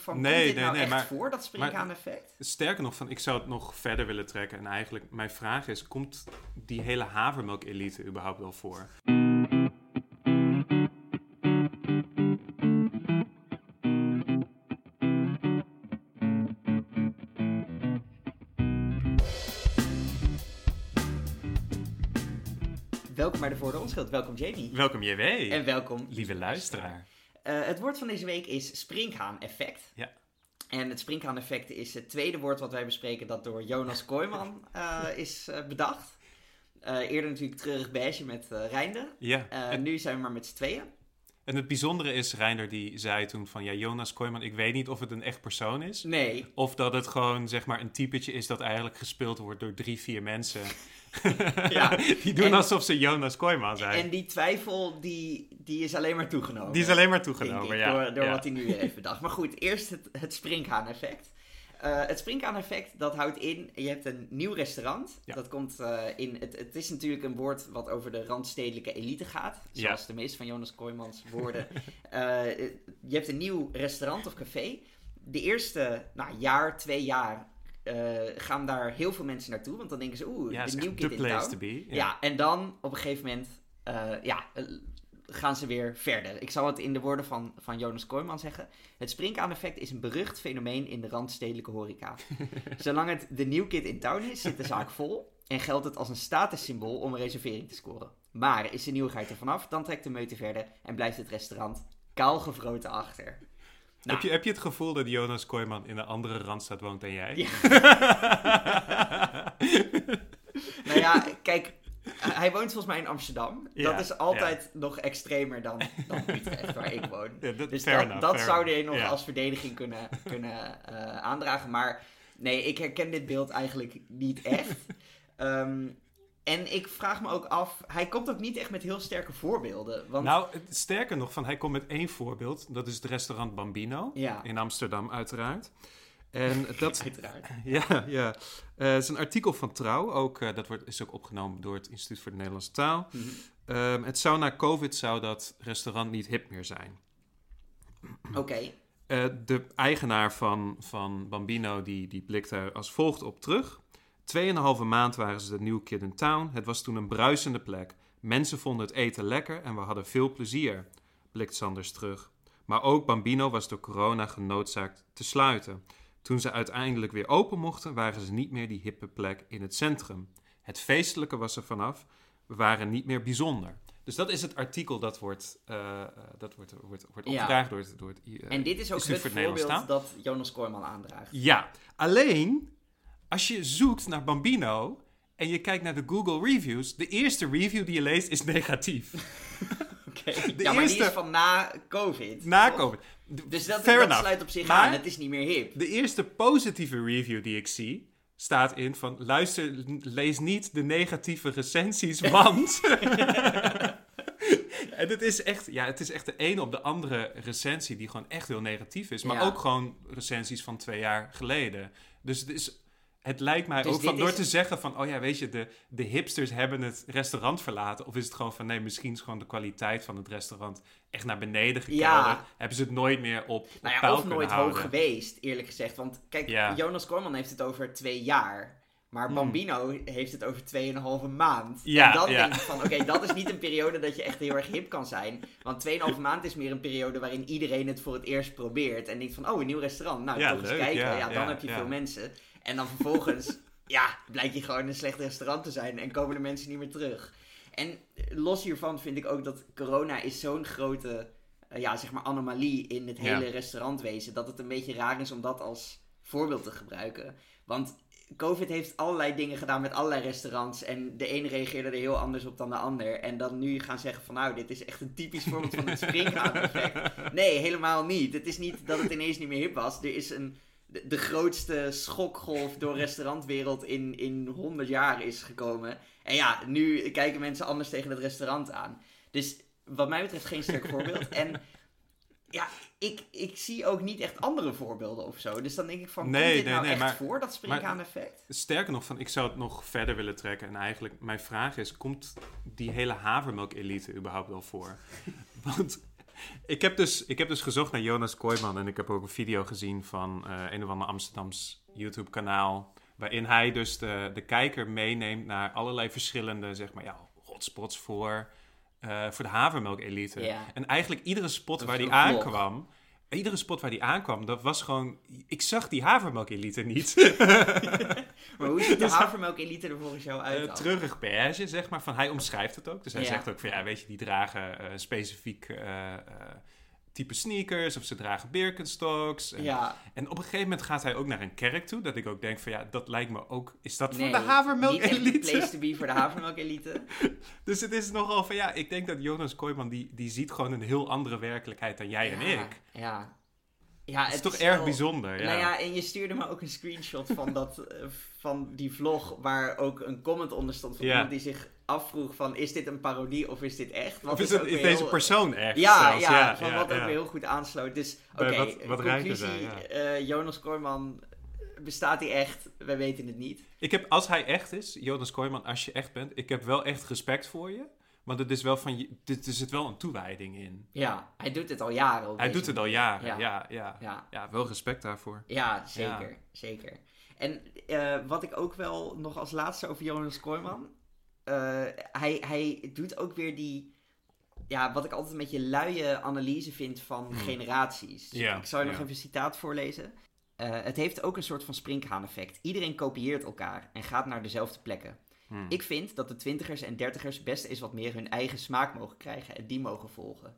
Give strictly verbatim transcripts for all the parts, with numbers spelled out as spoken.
Van, nee, komt dit nee, nou nee, echt maar, voor, dat springhaan-effect? Sterker nog, van, ik zou het nog verder willen trekken. En eigenlijk, mijn vraag is, komt die hele havermelk-elite überhaupt wel voor? Welkom bij de Voor de Onschuld. Welkom Jamie. Welkom J W. En welkom lieve luisteraar. Uh, het woord van deze week is springhaan-effect. Ja. En het springhaan-effect is het tweede woord wat wij bespreken dat door Jonas Kooijman uh, is uh, bedacht. Uh, eerder natuurlijk treurig beige met uh, Reinder. Ja. Uh, en nu zijn we maar met z'n tweeën. En het bijzondere is, Reinder die zei toen van, ja, Jonas Kooijman, ik weet niet of het een echt persoon is. Nee. Of dat het gewoon, zeg maar, een typetje is dat eigenlijk gespeeld wordt door drie, vier mensen. Ja. Die doen en, alsof ze Jonas Kooijman zijn. En die twijfel, die, die is alleen maar toegenomen. Die is alleen maar toegenomen, ik, ja. Door, door ja. wat hij nu weer heeft bedacht. Maar goed, eerst het, het springhaan-effect. Uh, het springhaan-effect, dat houdt in, je hebt een nieuw restaurant. Ja. Dat komt uh, in, het, het is natuurlijk een woord wat over de randstedelijke elite gaat. Zoals ja. de meeste van Jonas Kooijmans woorden. uh, je hebt een nieuw restaurant of café. De eerste nou, jaar, twee jaar uh, gaan daar heel veel mensen naartoe. Want dan denken ze, oeh, ja, de new kid in place town. To be, ja. ja, en dan op een gegeven moment, uh, ja... Uh, gaan ze weer verder. Ik zal het in de woorden van, van Jonas Kooijman zeggen. Het springhaan-effect is een berucht fenomeen in de randstedelijke horeca. Zolang het de new kid in town is, zit de zaak vol en geldt het als een statussymbool om een reservering te scoren. Maar is de nieuwigheid er vanaf, dan trekt de meute verder en blijft het restaurant kaal gevroten achter. Nou. Heb, je, heb je het gevoel dat Jonas Kooijman in een andere randstad woont dan jij? Ja. Nou ja, kijk... Uh, hij woont volgens mij in Amsterdam. Ja, dat is altijd ja. nog extremer dan, dan Utrecht, waar ik woon. Ja, dat, dus dat, enough, dat zou hij nog ja. als verdediging kunnen, kunnen uh, aandragen. Maar nee, ik herken dit beeld eigenlijk niet echt. um, en ik vraag me ook af, hij komt ook niet echt met heel sterke voorbeelden. Want... Nou, sterker nog, van, hij komt met één voorbeeld. Dat is het restaurant Bambino, ja. in Amsterdam uiteraard. En dat, ja, ja. Uh, het is een artikel van Trouw. Ook, uh, dat wordt, is ook opgenomen door het Instituut voor de Nederlandse Taal. Mm-hmm. Um, het zou na COVID zou dat restaurant niet hip meer zijn. Oké. Okay. Uh, de eigenaar van, van Bambino die, die blikt daar als volgt op terug. Tweeënhalve maand waren ze de new kid in town. Het was toen een bruisende plek. Mensen vonden het eten lekker en we hadden veel plezier, blikt Sanders terug. Maar ook Bambino was door corona genoodzaakt te sluiten. Toen ze uiteindelijk weer open mochten, waren ze niet meer die hippe plek in het centrum. Het feestelijke was er vanaf. We waren niet meer bijzonder. Dus dat is het artikel dat wordt, uh, dat wordt, wordt, wordt opgedragen ja. door het, door het uh, En dit is ook het, het voorbeeld dat Jonas Kooijman aandraagt. Ja, alleen als je zoekt naar Bambino en je kijkt naar de Google reviews, de eerste review die je leest is negatief. Oké, okay. ja, maar eerste... die is van na COVID. Na toch? COVID. Dus dat, dat sluit op zich maar aan, het is niet meer hip. De eerste positieve review die ik zie, staat in van, luister, lees niet de negatieve recensies, want... En het is echt, ja, het is echt de ene op de andere recensie die gewoon echt heel negatief is. Maar ja. ook gewoon recensies van twee jaar geleden. Dus het is... Het lijkt mij dus ook van, door is... te zeggen van, oh ja, weet je, de, de hipsters hebben het restaurant verlaten. Of is het gewoon van, nee, misschien is gewoon de kwaliteit van het restaurant echt naar beneden gekelderd. Ja. Hebben ze het nooit meer op, op nou ja, peil of nooit houden. hoog geweest, eerlijk gezegd. Want kijk, ja. Jonas Kooijman heeft het over twee jaar. Maar hmm. Bambino heeft het over tweeënhalve maand. Ja, en dan ja. denk ik van, oké, okay, dat is niet een periode dat je echt heel erg hip kan zijn. Want tweeënhalve maand is meer een periode waarin iedereen het voor het eerst probeert. En denkt van, oh, een nieuw restaurant. Nou, ja, toch leuk, eens kijken. Ja, ja dan ja, heb je ja. veel mensen. En dan vervolgens, ja, blijkt je gewoon een slecht restaurant te zijn. En komen de mensen niet meer terug. En los hiervan vind ik ook dat corona is zo'n grote, uh, ja, zeg maar anomalie in het hele ja. restaurantwezen. Dat het een beetje raar is om dat als voorbeeld te gebruiken. Want COVID heeft allerlei dingen gedaan met allerlei restaurants. En de ene reageerde er heel anders op dan de ander. En dan nu gaan zeggen van, nou, dit is echt een typisch voorbeeld van het springhaan-effect. Nee, helemaal niet. Het is niet dat het ineens niet meer hip was. Er is een... De, de grootste schokgolf door restaurantwereld in, in honderd jaar is gekomen. En ja, nu kijken mensen anders tegen het restaurant aan. Dus wat mij betreft geen sterk voorbeeld. En ja, ik, ik zie ook niet echt andere voorbeelden of zo. Dus dan denk ik van, nee, komt dit nee, nou nee, echt maar, voor, dat springhaan-effect? Sterker nog, van, ik zou het nog verder willen trekken. En eigenlijk, mijn vraag is, komt die hele havermelk-elite überhaupt wel voor? Want ik, heb dus, ik heb dus gezocht naar Jonas Kooijman en ik heb ook een video gezien van uh, een of ander Amsterdams YouTube-kanaal, waarin hij dus de, de kijker meeneemt naar allerlei verschillende, zeg maar, ja, hotspots voor, uh, voor de havermelk-elite. Ja. En eigenlijk iedere spot waar die aankwam, iedere spot waar die aankwam, dat was gewoon, ik zag die havermelk-elite niet. Maar hoe ziet de havermelk-elite er volgens jou uit? Uh, treurig beige, zeg maar. Van, hij omschrijft het ook. Dus hij ja. zegt ook van, ja, weet je, die dragen uh, specifiek uh, uh, type sneakers, of ze dragen Birkenstocks. En, ja. en op een gegeven moment gaat hij ook naar een kerk toe, dat ik ook denk van, ja, dat lijkt me ook, is dat nee, voor de havermelk-elite? Niet echt de place to be voor de havermelk-elite. Dus het is nogal van, ja, ik denk dat Jonas Kooijman, die, die ziet gewoon een heel andere werkelijkheid dan jij ja, en ik. Ja, Ja, het is het toch is erg wel, bijzonder. Ja. Nou ja, en je stuurde me ook een screenshot van, dat, uh, van die vlog waar ook een comment onder stond van ja. iemand die zich afvroeg van, is dit een parodie of is dit echt? Wat of is, het, is deze heel, persoon echt? Ja, zelfs. ja, ja, van ja wat ja. ook weer heel goed aansloot. Dus oké, okay, wat, wat conclusie, zijn, ja. uh, Jonas Kooijman, bestaat hij echt? We weten het niet. Ik heb, als hij echt is, Jonas Kooijman, als je echt bent, ik heb wel echt respect voor je. Want het is wel van je, er zit wel een toewijding in. Ja, hij doet het al jaren. Hij doet het al jaren, ja. Ja, ja, ja. ja. ja wel respect daarvoor. Ja, zeker, ja. zeker. En uh, wat ik ook wel nog als laatste over Jonas Kooijman, uh, hij, hij doet ook weer die, ja, wat ik altijd een beetje luie analyse vind van hmm. generaties. Ja, ik zal je ja. nog even een citaat voorlezen. Uh, het heeft ook een soort van sprinkhaan-effect. Iedereen kopieert elkaar en gaat naar dezelfde plekken. Hmm. Ik vind dat de twintigers en dertigers best eens wat meer hun eigen smaak mogen krijgen en die mogen volgen.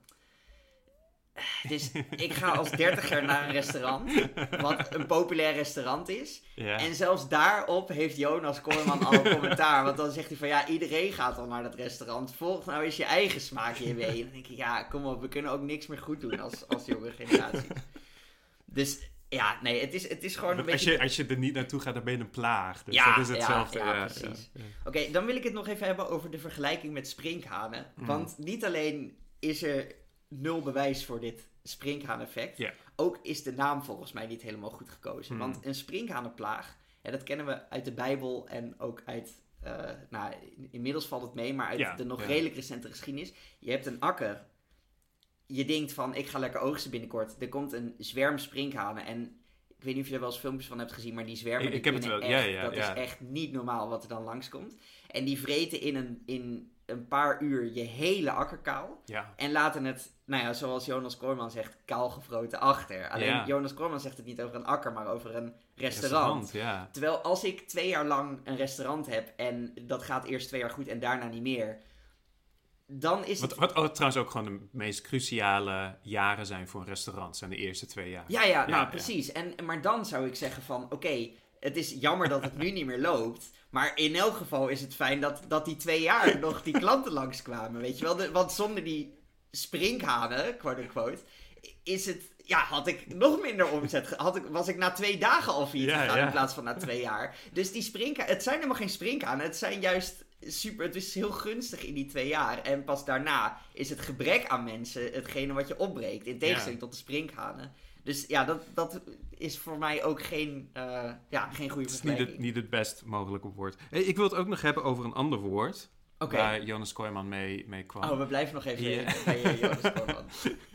Dus ik ga als dertiger naar een restaurant, wat een populair restaurant is. Ja. En zelfs daarop heeft Jonas Kooijman al een commentaar. Want dan zegt hij van, ja, iedereen gaat al naar dat restaurant. Volg nou eens je eigen smaak hiermee. En dan denk ik, ja, kom op, we kunnen ook niks meer goed doen als, als jonge generatie. Dus... Ja, nee, het is, het is gewoon een als beetje... Je, als je er niet naartoe gaat, dan ben je een plaag. Dus ja, dat is hetzelfde. Ja, ja, ja precies. Ja, ja. Oké, okay, dan wil ik het nog even hebben over de vergelijking met sprinkhanen. Mm. Want niet alleen is er nul bewijs voor dit sprinkhaan-effect. Ja. Ook is de naam volgens mij niet helemaal goed gekozen. Mm. Want een sprinkhanenplaag, ja, dat kennen we uit de Bijbel en ook uit... Uh, nou, inmiddels valt het mee, maar uit ja, de nog ja. redelijk recente geschiedenis. Je hebt een akker... Je denkt van, ik ga lekker oogsten binnenkort. Er komt een zwerm sprinkhanen. En ik weet niet of je er wel eens filmpjes van hebt gezien, maar die zwermen, ik, ik die heb het wel. Echt, ja, ja, dat ja. is echt niet normaal wat er dan langskomt. En die vreten in een, in een paar uur je hele akker kaal. Ja. En laten het, nou ja, zoals Jonas Kooijman zegt, kaal gefroten achter. Alleen ja. Jonas Kooijman zegt het niet over een akker, maar over een restaurant. restaurant ja. Terwijl als ik twee jaar lang een restaurant heb en dat gaat eerst twee jaar goed en daarna niet meer... Dan is wat, het... wat, wat trouwens ook gewoon de meest cruciale jaren zijn voor een restaurant, zijn de eerste twee jaar. Ja, ja, ja nou ja. precies. En, maar dan zou ik zeggen van, oké, okay, het is jammer dat het nu niet meer loopt. Maar in elk geval is het fijn dat, dat die twee jaar nog die klanten langskwamen, weet je wel. De, want zonder die sprinkhanen, quote-unquote, is het... Ja, had ik nog minder omzet. Had ik, was ik na twee dagen al failliet ja, gegaan ja. in plaats van na twee jaar. Dus die sprinkhanen, het zijn helemaal geen sprinkhanen. Het zijn juist super, het is heel gunstig in die twee jaar. En pas daarna is het gebrek aan mensen hetgene wat je opbreekt. In tegenstelling ja. tot de sprinkhanen. Dus ja, dat, dat is voor mij ook geen, uh, ja, geen goede vergelijking. Het is niet het, niet het best mogelijke woord. Hey, ik wil het ook nog hebben over een ander woord. Okay. Waar Jonas Kooijman mee, mee kwam. Oh, we blijven nog even yeah. bij uh, Jonas Kooijman.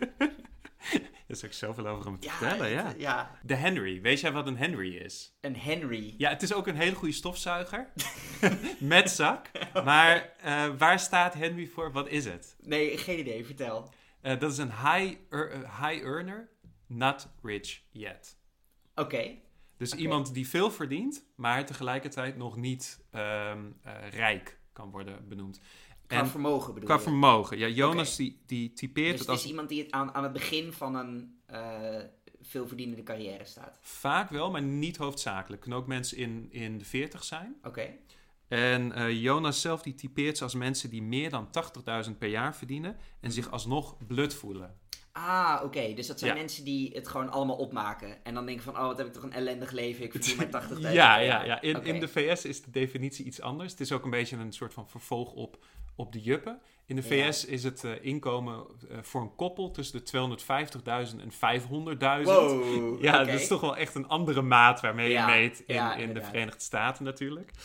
Er is ook zoveel over hem te ja, vertellen, ja. Het, ja. De Henry. Weet jij wat een Henry is? Een Henry? Ja, het is ook een hele goede stofzuiger. Met zak. Maar uh, waar staat Henry voor? Wat is het? Nee, geen idee. Vertel. Uh, dat is een high, er, uh, high earner, not rich yet. Oké. Okay. Dus okay. iemand die veel verdient, maar tegelijkertijd nog niet um, uh, rijk kan worden benoemd. Qua en, vermogen bedoel qua je? Qua vermogen. Ja, Jonas okay. die, die typeert dus het als... als... is iemand die het aan, aan het begin van een uh, veelverdienende carrière staat? Vaak wel, maar niet hoofdzakelijk. Kunnen ook mensen in, in de veertig zijn. Oké. Okay. En uh, Jonas zelf die typeert ze als mensen die meer dan tachtigduizend per jaar verdienen en zich alsnog blut voelen. Ah, oké. Okay. Dus dat zijn ja. mensen die het gewoon allemaal opmaken. En dan denken van, oh, wat heb ik toch een ellendig leven. Ik verdien maar tachtigduizend ja, per ja, jaar. ja. In, okay. in de V S is de definitie iets anders. Het is ook een beetje een soort van vervolg op, op de juppen. In de V S ja. is het uh, inkomen uh, voor een koppel tussen de tweehonderdvijftigduizend en vijfhonderdduizend. Wow, ja, okay. dat is toch wel echt een andere maat waarmee ja, je meet in, ja, in de Verenigde Staten natuurlijk.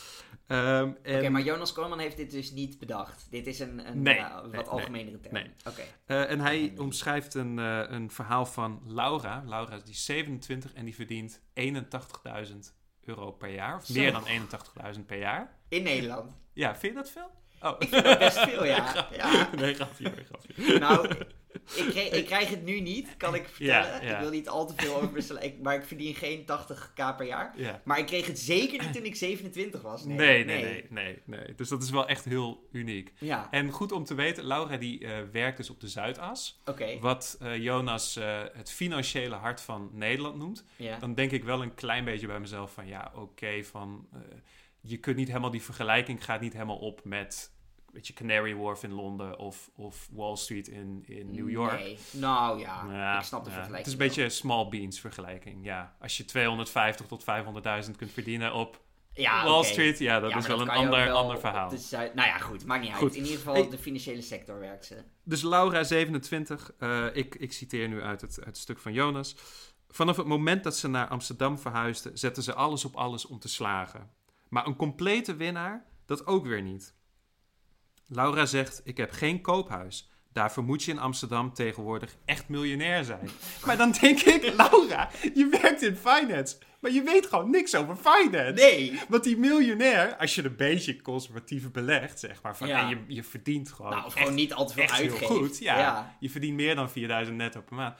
Um, Oké, okay, maar Jonas Korman heeft dit dus niet bedacht. Dit is een, een nee, uh, wat nee, algemenere term. Nee. Okay. Uh, en hij nee. omschrijft een, uh, een verhaal van Laura. Laura die is zevenentwintig en die verdient eenentachtigduizend euro per jaar. Of Zo. meer dan eenentachtigduizend per jaar. In Nederland? Ja, vind je dat veel? Oh. Ik vind dat best veel, ja. ja. Nee, grapje, grapje. Nou, ik, kreeg, ik krijg het nu niet, kan ik vertellen. Ja, ja. Ik wil niet al te veel over mijn maar ik verdien geen tachtig k per jaar. Ja. Maar ik kreeg het zeker niet toen ik zevenentwintig was. Nee nee, nee, nee, nee, nee, nee. Dus dat is wel echt heel uniek. Ja. En goed om te weten, Laura die uh, werkt dus op de Zuidas. Okay. Wat uh, Jonas uh, het financiële hart van Nederland noemt. Ja. Dan denk ik wel een klein beetje bij mezelf van ja, oké, okay, van... Uh, je kunt niet helemaal, die vergelijking gaat niet helemaal op met... Weet je, Canary Wharf in Londen of, of Wall Street in, in New York. Nee, nou ja, ja ik snap de ja, vergelijking. Het is een wel. beetje small beans vergelijking, ja. Als je tweehonderdvijftig tot vijfhonderdduizend kunt verdienen op ja, Wall okay. Street, ja, dat ja, is wel een ander, wel ander verhaal. Zuid- nou ja, goed, maakt niet uit. Goed. In ieder geval, hey, de financiële sector werkt ze. Dus Laura, zevenentwintig, uh, ik, ik citeer nu uit het, uit het stuk van Jonas. Vanaf het moment dat ze naar Amsterdam verhuisde, zette ze alles op alles om te slagen. Maar een complete winnaar, dat ook weer niet. Laura zegt, ik heb geen koophuis. Daarvoor moet je in Amsterdam tegenwoordig echt miljonair zijn. Maar dan denk ik, Laura, je werkt in finance. Maar je weet gewoon niks over finance. Nee. Want die miljonair, als je een beetje conservatief belegt, zeg maar. Van, ja. en je, je verdient gewoon Nou, of echt, gewoon niet al te veel uitgeeft. Heel goed. Ja, ja. Je verdient meer dan vierduizend netto per maand.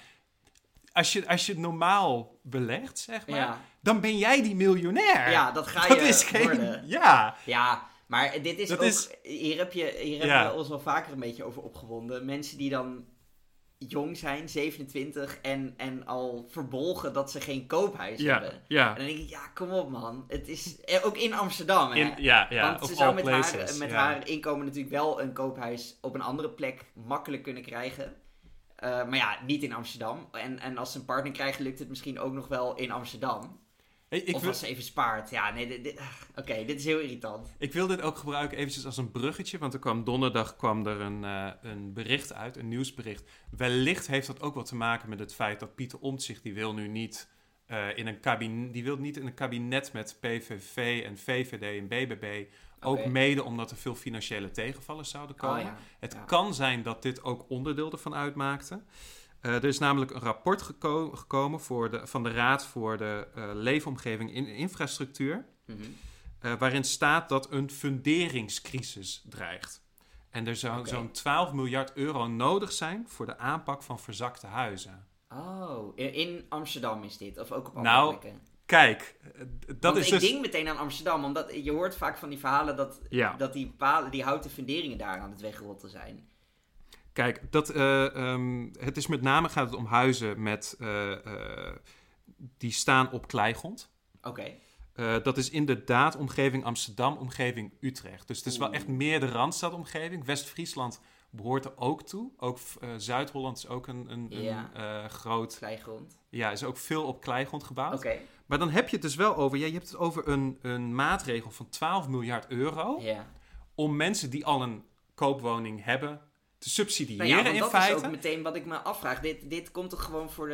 Als je, als je het normaal belegt, zeg maar, ja. dan ben jij die miljonair. Ja, dat ga dat je is geen, worden. Ja. Ja. Maar dit is dat ook... Is, hier heb je, hier hebben ja. we ons wel vaker een beetje over opgewonden. Mensen die dan jong zijn, zevenentwintig, en, en al verbolgen dat ze geen koophuis ja. hebben. Ja. En dan denk ik, ja, kom op man. Het is ook in Amsterdam, hè. In, ja, ja. Want ze zou met, haar, met ja. haar inkomen natuurlijk wel een koophuis op een andere plek makkelijk kunnen krijgen. Uh, maar ja, niet in Amsterdam. En, en als ze een partner krijgen, lukt het misschien ook nog wel in Amsterdam. Hey, ik of wil... als ze even spaart. Ja, nee, dit, dit, oké, okay, dit is heel irritant. Ik wil dit ook gebruiken eventjes als een bruggetje. Want er kwam donderdag kwam er een, uh, een bericht uit, een nieuwsbericht. Wellicht heeft dat ook wat te maken met het feit dat Pieter Omtzigt... die wil nu niet, uh, in, een kabinet, die wil niet in een kabinet met P V V en V V D en B B B... Ook okay. mede omdat er veel financiële tegenvallers zouden komen. Oh, ja. Het ja. kan zijn dat dit ook onderdeel ervan uitmaakte. Uh, er is namelijk een rapport geko- gekomen voor de, van de Raad voor de uh, Leefomgeving in Infrastructuur. Mm-hmm. Uh, waarin staat dat een funderingscrisis dreigt. En er zou okay. zo'n twaalf miljard euro nodig zijn voor de aanpak van verzakte huizen. Oh, in Amsterdam is dit? Of ook op andere nou, plekken? Kijk, dat Want is ik dus... denk meteen aan Amsterdam, omdat je hoort vaak van die verhalen dat, ja. dat die, palen, die houten funderingen daar aan het wegrotten zijn. Kijk, dat, uh, um, het is met name gaat het om huizen met, uh, uh, die staan op kleigrond. Oké. Okay. Uh, dat is inderdaad omgeving Amsterdam, omgeving Utrecht. Dus het is Oeh. wel echt meer de Randstad-omgeving. West-Friesland behoort er ook toe. Ook uh, Zuid-Holland is ook een, een, ja. een uh, groot... Kleigrond. Ja, is ook veel op kleigrond gebouwd. Oké. Okay. Maar dan heb je het dus wel over... Ja, je hebt het over een, een maatregel van twaalf miljard euro... Ja. om mensen die al een koopwoning hebben... te subsidiëren nou ja, in dat feite. Dat is ook meteen wat ik me afvraag. Dit, dit komt toch gewoon voor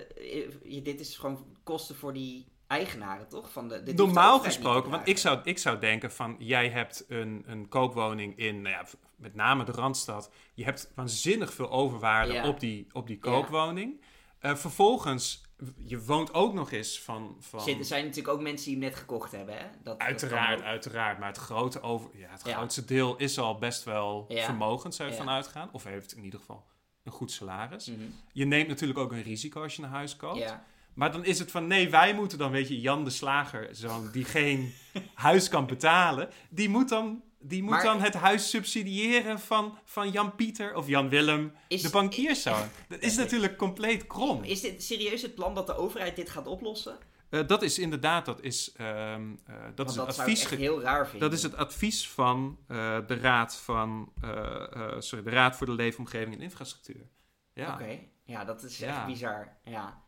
de... Dit is gewoon kosten voor die eigenaren, toch? Van de, dit Normaal gesproken, want ik zou, ik zou denken van... Jij hebt een, een koopwoning in, nou ja, met name de Randstad. Je hebt waanzinnig veel overwaarde ja. op, die, op die koopwoning. Ja. Uh, vervolgens... Je woont ook nog eens van... van... Shit, er zijn natuurlijk ook mensen die hem net gekocht hebben, hè? Dat, uiteraard, dat uiteraard. Maar het, grote over... ja, het ja. grootste deel is al best wel ja. vermogend, zou je ja. van uitgaan. Of heeft in ieder geval een goed salaris. Mm-hmm. Je neemt natuurlijk ook een risico als je een huis koopt. Ja. Maar dan is het van, nee, wij moeten dan, weet je, Jan de Slager, zo, die geen huis kan betalen, die moet dan... Die moet maar, dan het huis subsidiëren van, van Jan Pieter of Jan Willem, is, de bankierszoon. Dat is natuurlijk compleet krom. Is dit serieus het plan dat de overheid dit gaat oplossen? Uh, dat is inderdaad, dat is, uh, uh, dat is dat het zou advies. Ik echt heel raar vinden. Dat is het advies van uh, de Raad van, uh, uh, sorry, de Raad voor de Leefomgeving en Infrastructuur. Ja. Oké, okay. ja, dat is ja. echt bizar. Ja.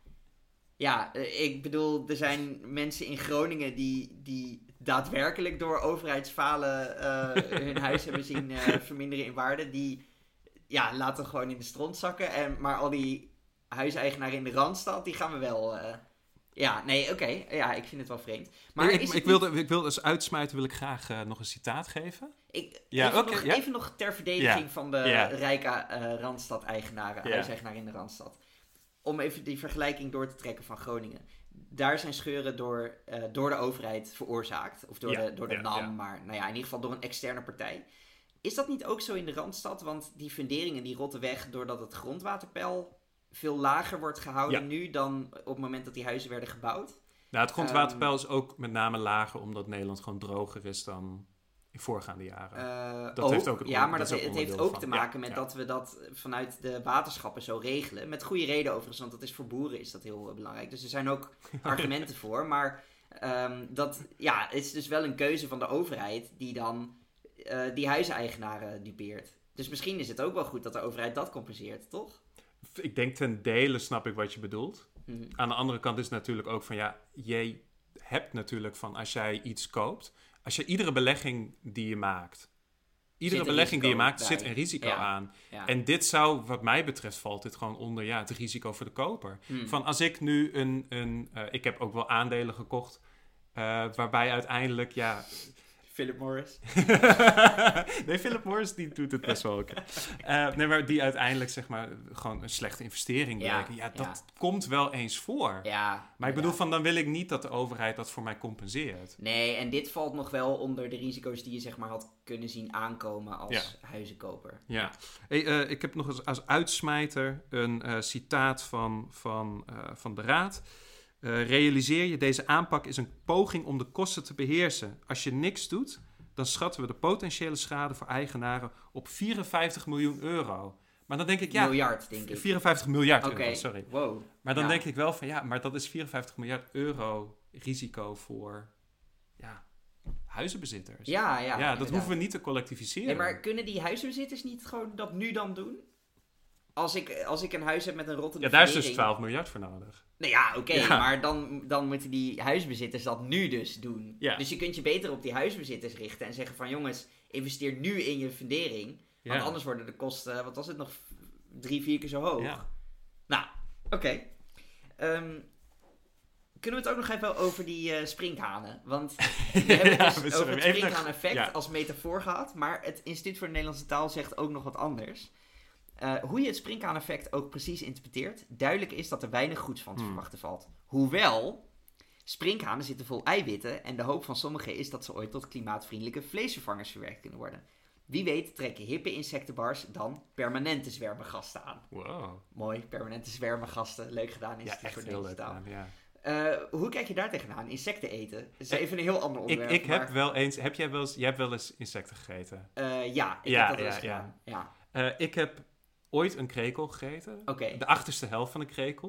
Ja, ik bedoel, er zijn mensen in Groningen die, die daadwerkelijk door overheidsfalen uh, hun huis hebben zien uh, verminderen in waarde. Die ja, laten gewoon in de stront zakken. En, maar al die huiseigenaren in de Randstad, die gaan we wel... Uh, Ja, nee, oké. Okay. Ja, ik vind het wel vreemd. Maar ik, is ik, wilde, niet... ik wilde als uitsmijter wil ik graag uh, nog een citaat geven. Ik, ja, even, okay, nog, ja. even nog ter verdediging ja. van de ja. rijke uh, Randstad-eigenaren, ja. huiseigenaren in de Randstad. Om even die vergelijking door te trekken van Groningen. Daar zijn scheuren door, uh, door de overheid veroorzaakt. Of door ja. de, door de ja, N A M, ja. maar nou ja, in ieder geval door een externe partij. Is dat niet ook zo in de Randstad? Want die funderingen die rotten weg doordat het grondwaterpeil veel lager wordt gehouden ja. nu dan op het moment dat die huizen werden gebouwd. Nou, het grondwaterpeil um, is ook met name lager omdat Nederland gewoon droger is dan in voorgaande jaren. Uh, dat ook, heeft ook het, ja, maar dat dat het heeft ook van. te maken ja, met ja. dat we dat vanuit de waterschappen zo regelen. Met goede reden overigens, want dat is voor boeren is dat heel uh, belangrijk. Dus er zijn ook argumenten voor. Maar um, dat ja, het is dus wel een keuze van de overheid die dan uh, die huiseigenaren dupeert. Dus misschien is het ook wel goed dat de overheid dat compenseert, toch? Ik denk ten dele snap ik wat je bedoelt. Mm-hmm. Aan de andere kant is het natuurlijk ook van ja, jij hebt natuurlijk van als jij iets koopt, als je iedere belegging die je maakt, iedere belegging die je maakt, bij. zit een risico ja. aan. Ja. En dit zou, wat mij betreft, valt dit gewoon onder ja, het risico voor de koper. Mm. Van als ik nu een, een uh, ik heb ook wel aandelen gekocht, uh, waarbij uiteindelijk ja. Philip Morris. nee, Philip Morris die doet het best wel ook. Uh, nee, maar die uiteindelijk zeg maar gewoon een slechte investering blijken. Ja, ja, dat ja. komt wel eens voor. Ja, maar ik bedoel ja. van dan wil ik niet dat de overheid dat voor mij compenseert. Nee, en dit valt nog wel onder de risico's die je zeg maar had kunnen zien aankomen als ja. huizenkoper. Ja. Hey, uh, ik heb nog eens als uitsmijter een uh, citaat van, van, uh, van de Raad. Uh, realiseer je, deze aanpak is een poging om de kosten te beheersen. Als je niks doet, dan schatten we de potentiële schade voor eigenaren op vierenvijftig miljoen euro. Maar dan denk ik, ja... Miljard, denk ik. vierenvijftig miljard okay. euro, sorry. Wow. Maar dan ja. denk ik wel van, ja, maar dat is vierenvijftig miljard euro risico voor ja, huizenbezitters. Ja, ja. Ja, dat inderdaad. hoeven we niet te collectiviseren. Nee, maar kunnen die huizenbezitters niet gewoon dat nu dan doen? Als ik, als ik een huis heb met een rottende Ja, daar is fundering, dus twaalf miljard voor nodig. Nou ja, oké, okay, ja. maar dan, dan moeten die huisbezitters dat nu dus doen. Ja. Dus je kunt je beter op die huisbezitters richten en zeggen van jongens, investeer nu in je fundering. Want ja. anders worden de kosten, wat was het nog, drie, vier keer zo hoog. Ja. Nou, oké. Okay. Um, kunnen we het ook nog even over die uh, sprinkhanen? Want we hebben ja, dus we over het sprinkhaan-effect ja. als metafoor gehad, maar het Instituut voor de Nederlandse Taal zegt ook nog wat anders. Uh, hoe je het sprinkhaan-effect ook precies interpreteert, duidelijk is dat er weinig goeds van te hmm. verwachten valt. Hoewel, sprinkhanen zitten vol eiwitten en de hoop van sommigen is dat ze ooit tot klimaatvriendelijke vleesvervangers verwerkt kunnen worden. Wie weet trekken hippe insectenbars dan permanente zwermengasten aan. Wow. Mooi, permanente zwermengasten. Leuk gedaan in ja, echt voor heel deze leuk taal. gedaan, ja. Uh, hoe kijk je daar tegenaan? Insecten eten? Dat is even een heel ander onderwerp. Ik, ik maar... heb wel eens... Heb jij wel eens... Jij hebt wel eens insecten gegeten? Uh, ja, ik ja, heb dat wel ja, eens gedaan. Ja. Ja. Uh, ik heb ooit een krekel gegeten. Okay. De achterste helft van een krekel.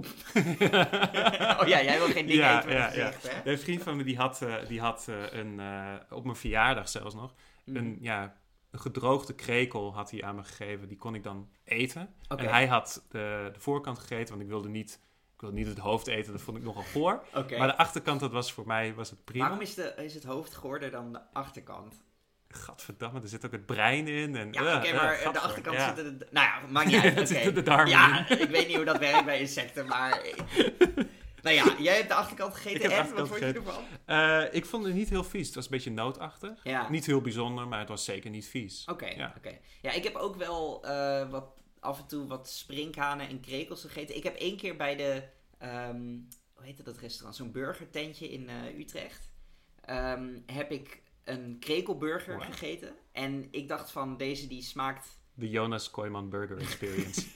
oh ja, jij wil geen ding ja, eten met ja, gezicht, ja. hè? Een vriend van me die had, uh, die had uh, een... Uh, op mijn verjaardag zelfs nog... Mm. Een, ja, een gedroogde krekel had hij aan me gegeven. Die kon ik dan eten. Okay. En hij had de, de voorkant gegeten, want ik wilde niet... Ik wilde niet het hoofd eten, dat vond ik nogal goor. Okay. Maar de achterkant, dat was voor mij was het prima. Waarom is, de, is het hoofd goorder dan de achterkant? Gadverdamme, er zit ook het brein in. En, ja, uh, oké, okay, maar uh, de achterkant ja. zitten de... Nou ja, maakt niet uit. Okay. de darmen ja, in. Ik weet niet hoe dat werkt bij insecten, maar... nou ja, jij hebt de achterkant gegeten en wat vond je ervan? Uh, ik vond het niet heel vies. Het was een beetje nootachtig. Ja. Niet heel bijzonder, maar het was zeker niet vies. Oké, okay, ja. Okay. Ja, ik heb ook wel uh, wat, af en toe wat sprinkhanen en krekels gegeten. Ik heb één keer bij de... Um, hoe heette dat restaurant? Zo'n burgertentje in uh, Utrecht. Um, heb ik een krekelburger wow. gegeten. En ik dacht van, deze die smaakt... De Jonas Kooijman Burger Experience.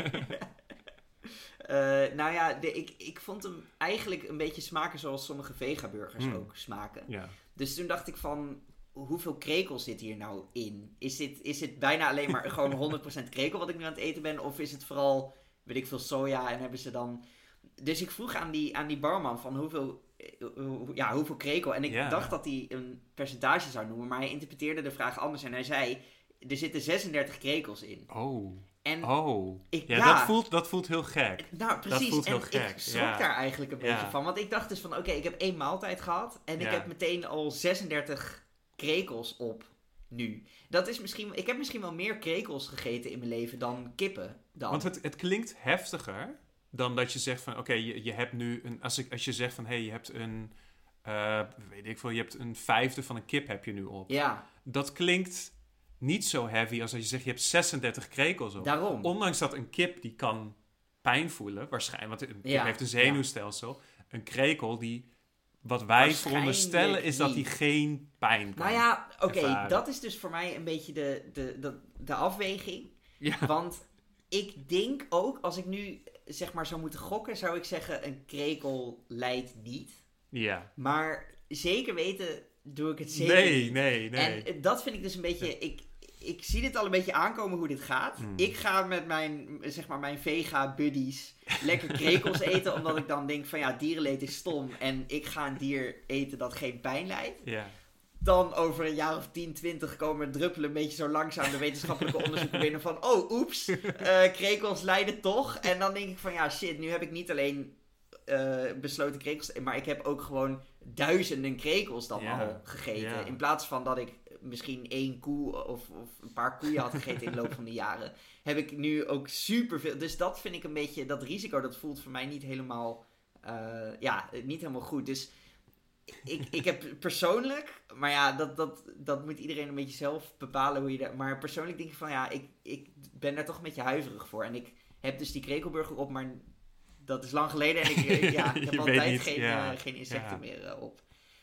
uh, nou ja, de, ik, ik vond hem eigenlijk een beetje smaken zoals sommige vegaburgers mm. ook smaken. Ja. Dus toen dacht ik van, hoeveel krekel zit hier nou in? Is dit, is dit bijna alleen maar gewoon honderd procent krekel wat ik nu aan het eten ben? Of is het vooral, weet ik veel, soja en hebben ze dan... Dus ik vroeg aan die, aan die barman van hoeveel, hoe, ja, hoeveel krekel. En ik yeah. dacht dat hij een percentage zou noemen. Maar hij interpreteerde de vraag anders. En hij zei, er zitten zesendertig krekels in. Oh. En oh. Ik, ja, ja, dat, voelt, dat voelt heel gek. Nou, precies. Dat voelt en heel gek. ik schrok ja. daar eigenlijk een ja. beetje van. Want ik dacht dus van, oké, okay, ik heb één maaltijd gehad. En ja. ik heb meteen al zesendertig krekels op nu. Dat is misschien... Ik heb misschien wel meer krekels gegeten in mijn leven dan kippen. Dan. Want het, het klinkt heftiger... dan dat je zegt van, oké, okay, je, je hebt nu een... Als, ik, als je zegt van, hé, hey, je hebt een... Uh, weet ik veel, je hebt een vijfde van een kip heb je nu op. Ja. Dat klinkt niet zo heavy als als je zegt, je hebt zesendertig krekels op. Daarom. Ondanks dat een kip, die kan pijn voelen, waarschijnlijk, want een kip ja. heeft een zenuwstelsel. Ja. Een krekel, die... Wat wij veronderstellen is dat hij geen pijn kan. Nou ja, oké, okay, dat is dus voor mij een beetje de, de, de, de afweging. Ja. Want ik denk ook, als ik nu zeg maar zou moeten gokken, zou ik zeggen, een krekel lijdt niet. Ja. Maar zeker weten doe ik het zeker nee, niet. Nee, nee, En dat vind ik dus een beetje... Ik, ik zie dit al een beetje aankomen hoe dit gaat. Mm. Ik ga met mijn, zeg maar, mijn vega-buddies lekker krekels eten, omdat ik dan denk van ja, dierenleed is stom en ik ga een dier eten dat geen pijn lijdt. Yeah. Dan over een jaar of tien, twintig komen druppelen een beetje zo langzaam de wetenschappelijke onderzoeken binnen van oh, oeps, uh, krekels lijden toch. En dan denk ik van ja, shit, nu heb ik niet alleen uh, besloten krekels, maar ik heb ook gewoon duizenden krekels dan yeah. al gegeten. Yeah. In plaats van dat ik misschien één koe of, of een paar koeien had gegeten in de loop van de jaren, heb ik nu ook superveel. Dus dat vind ik een beetje, dat risico, dat voelt voor mij niet helemaal, uh, ja, niet helemaal goed. Dus ik, ik heb persoonlijk, maar ja, dat, dat, dat moet iedereen een beetje zelf bepalen hoe je dat, maar persoonlijk denk ik van ja, ik, ik ben daar toch een beetje huiverig voor. En ik heb dus die krekelburger op, maar dat is lang geleden en ik, ja, ik heb altijd geen, ja. uh, geen insecten ja. meer uh, op.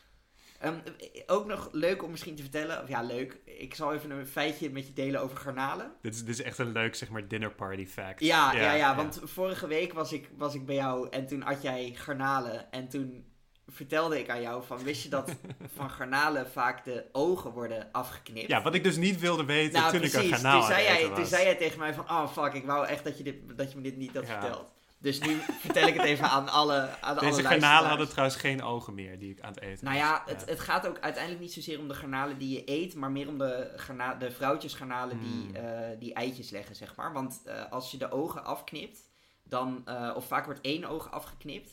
Um, ook nog leuk om misschien te vertellen, of ja leuk, ik zal even een feitje met je delen over garnalen. Dit is, dit is echt een leuk, zeg maar, dinner party fact. Ja, ja, ja, ja want ja. vorige week was ik, was ik bij jou en toen at jij garnalen en toen vertelde ik aan jou van, wist je dat van garnalen vaak de ogen worden afgeknipt? Ja, wat ik dus niet wilde weten nou, toen precies, ik een garnaal toen zei jij, was. Toen zei jij tegen mij van, oh fuck, ik wou echt dat je, dit, dat je me dit niet had ja. verteld. Dus nu vertel ik het even aan alle aan Deze alle garnalen hadden trouwens geen ogen meer die ik aan het eten Nou ja, het, ja. het gaat ook uiteindelijk niet zozeer om de garnalen die je eet, maar meer om de, garna- de vrouwtjesgarnalen mm. die, uh, die eitjes leggen, zeg maar. Want uh, als je de ogen afknipt, dan, uh, of vaak wordt één oog afgeknipt,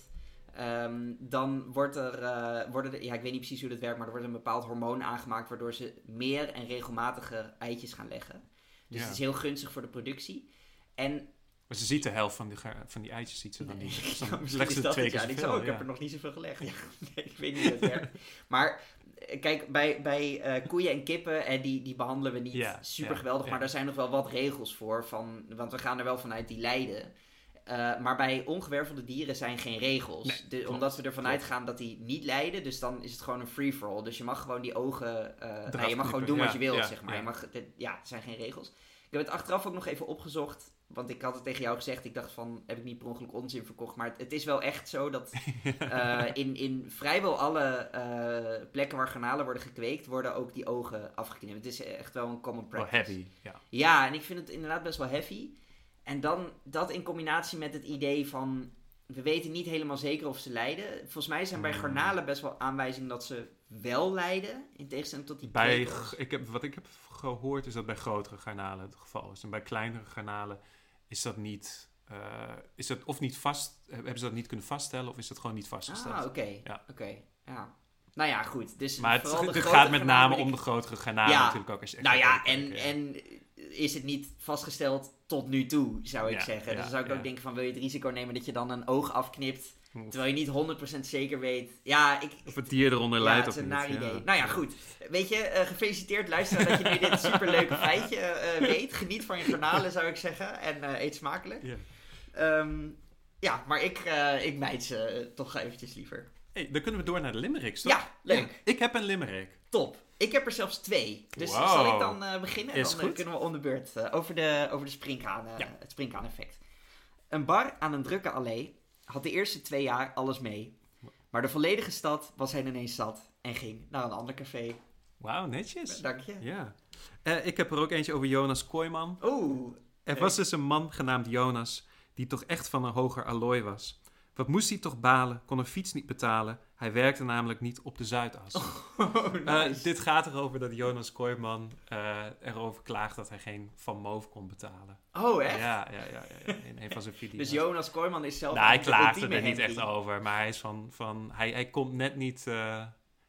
um, dan wordt er, uh, worden er, ja, ik weet niet precies hoe dat werkt, maar er wordt een bepaald hormoon aangemaakt, waardoor ze meer en regelmatiger eitjes gaan leggen. Dus ja. het is heel gunstig voor de productie. En maar ze ziet de helft van die, van die eitjes, ziet ze dan nee, niet. Dus dan ja, legt ze het twee keer ja, zoveel. Ik, ik ja. heb er nog niet zoveel gelegd. Ja, nee, ik weet niet hoe het werkt. Maar kijk, bij, bij uh, koeien en kippen, en die, die behandelen we niet ja, super ja, geweldig. Ja. Maar daar zijn nog wel wat regels voor. Van, want we gaan er wel vanuit die lijden. Uh, maar bij ongewervelde dieren zijn geen regels. Nee, de, omdat we ervan uitgaan dat die niet lijden. Dus dan is het gewoon een free-for-all. Dus je mag gewoon die ogen... Uh, nou, je mag gewoon doen ja, wat je wilt, ja, zeg maar. Ja. Je mag, de, ja, er zijn geen regels. Ik heb het achteraf ook nog even opgezocht. Want ik had het tegen jou gezegd. Ik dacht van, heb ik niet per ongeluk onzin verkocht. Maar het, het is wel echt zo dat uh, in, in vrijwel alle uh, plekken waar garnalen worden gekweekt, worden ook die ogen afgeknipt. Het is echt wel een common practice. Wel heavy, ja. Ja, en ik vind het inderdaad best wel heavy. En dan dat in combinatie met het idee van, we weten niet helemaal zeker of ze lijden. Volgens mij zijn bij garnalen best wel aanwijzingen dat ze wel lijden. In tegenstelling tot die bij, ik heb, wat ik heb gehoord is dat bij grotere garnalen het geval is. En bij kleinere garnalen is dat niet, uh, is dat of niet vast, hebben ze dat niet kunnen vaststellen of is dat gewoon niet vastgesteld. Ah, oké. Okay. Ja. Okay. Ja. Nou ja, goed. Dus maar het, het gaat met name om de grotere garnalen ja, natuurlijk ook. Als je echt nou ja, en, kijken, ja, en is het niet vastgesteld tot nu toe, zou ik ja, zeggen. Dus ja, dan zou ik ja. ook denken van, wil je het risico nemen dat je dan een oog afknipt, Oef. terwijl je niet honderd procent zeker weet. Ja, ik, of het dier eronder ja, leidt of niet. Ja, het is een naar idee. Ja. Nou ja, goed. Weet je, uh, gefeliciteerd luisteraar dat je nu dit superleuke feitje uh, weet. Geniet van je garnalen, zou ik zeggen. En uh, eet smakelijk. Ja, um, ja maar ik, uh, ik mijd ze uh, toch eventjes liever. Hey, dan kunnen we door naar de limericks, toch? Ja, leuk. Ja, ik heb een limerick. Top. Ik heb er zelfs twee. Dus wow. zal ik dan uh, beginnen? Is dan uh, kunnen we om de beurt uh, over, de, over de springhaan, uh, ja. het springhaan-effect. Een bar aan een drukke allee had de eerste twee jaar alles mee. Maar de volledige stad was hij ineens zat en ging naar een ander café. Wauw, netjes. Dank je. Ja. Uh, ik heb er ook eentje over Jonas Kooijman. Oeh. Er was dus een man genaamd Jonas die toch echt van een hoger allooi was. Wat moest hij toch balen, kon een fiets niet betalen. Hij werkte namelijk niet op de Zuidas. Oh, nice. uh, dit gaat erover dat Jonas Kooijman uh, erover klaagt dat hij geen Van Moof kon betalen. Oh, echt? Ja, ja, ja, ja, in een van zijn video's. Dus Jonas Kooijman is zelf... Nou, hij klaagt er niet echt over, maar hij is van... van hij, hij komt net niet... Uh,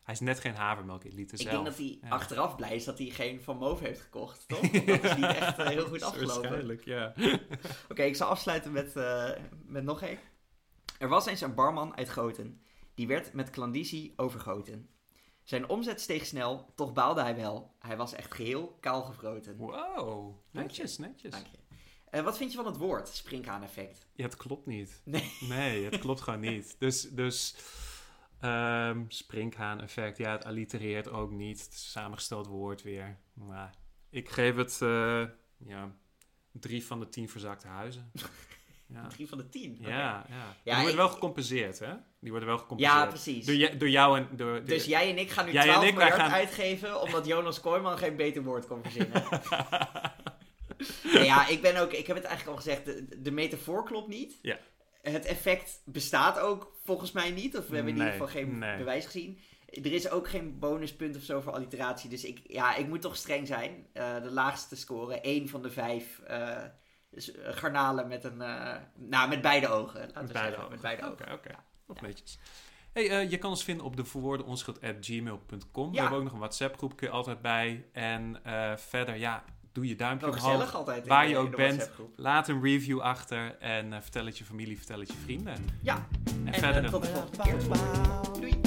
Hij is net geen havermelk-elite zelf. Ik denk dat hij ja. achteraf blij is dat hij geen Van Moof heeft gekocht, toch? Want dat is niet echt uh, heel goed afgelopen. Waarschijnlijk, ja. Oké, okay, ik zal afsluiten met, uh, met nog één. Er was eens een barman uit Goten. Die werd met klandizie overgoten. Zijn omzet steeg snel, toch baalde hij wel. Hij was echt geheel kaal gevroten. Wow, netjes, netjes. Dank je. Uh, wat vind je van het woord, springhaan-effect? Ja, het klopt niet. Nee. Nee, het klopt gewoon niet. Dus, dus um, springhaan-effect, ja, het allitereert ook niet. Het is een samengesteld woord weer. Maar ik geef het, uh, ja, drie van de tien verzakte huizen. Ja. Drie van de tien? Okay. Ja, ja. ja. Die worden ik... wel gecompenseerd, hè? Die worden wel gecompenseerd. Ja, precies. Door, door jou en... Door, door... Dus jij en ik gaan nu twaalf miljard gaan... uitgeven... omdat Jonas Kooijman geen beter woord kon verzinnen. Nee, ja, ik ben ook... Ik heb het eigenlijk al gezegd. De, de metafoor klopt niet. Ja. Het effect bestaat ook volgens mij niet. Of we hebben in nee, ieder geval geen nee. bewijs gezien. Er is ook geen bonuspunt of zo voor alliteratie. Dus ik, ja, ik moet toch streng zijn. Uh, de laagste score. één van de vijf... Uh, Dus uh, garnalen met een... Uh, nou, met beide ogen. Laten met we beide zeggen. ogen. Met beide oké, ogen. Oké, oké. Nog ja. netjes. Hey, uh, je kan ons vinden op de verwoordenonschuld at gmail punt com. Ja. We hebben ook nog een WhatsApp groep, kun je altijd bij. En uh, verder, ja, doe je duimpje Wel omhoog. Gezellig altijd. Waar in, je in ook bent. Laat een review achter. En uh, vertel het je familie, vertel het je vrienden. Ja. En, en verder. Uh, tot de volgende keer. Doei.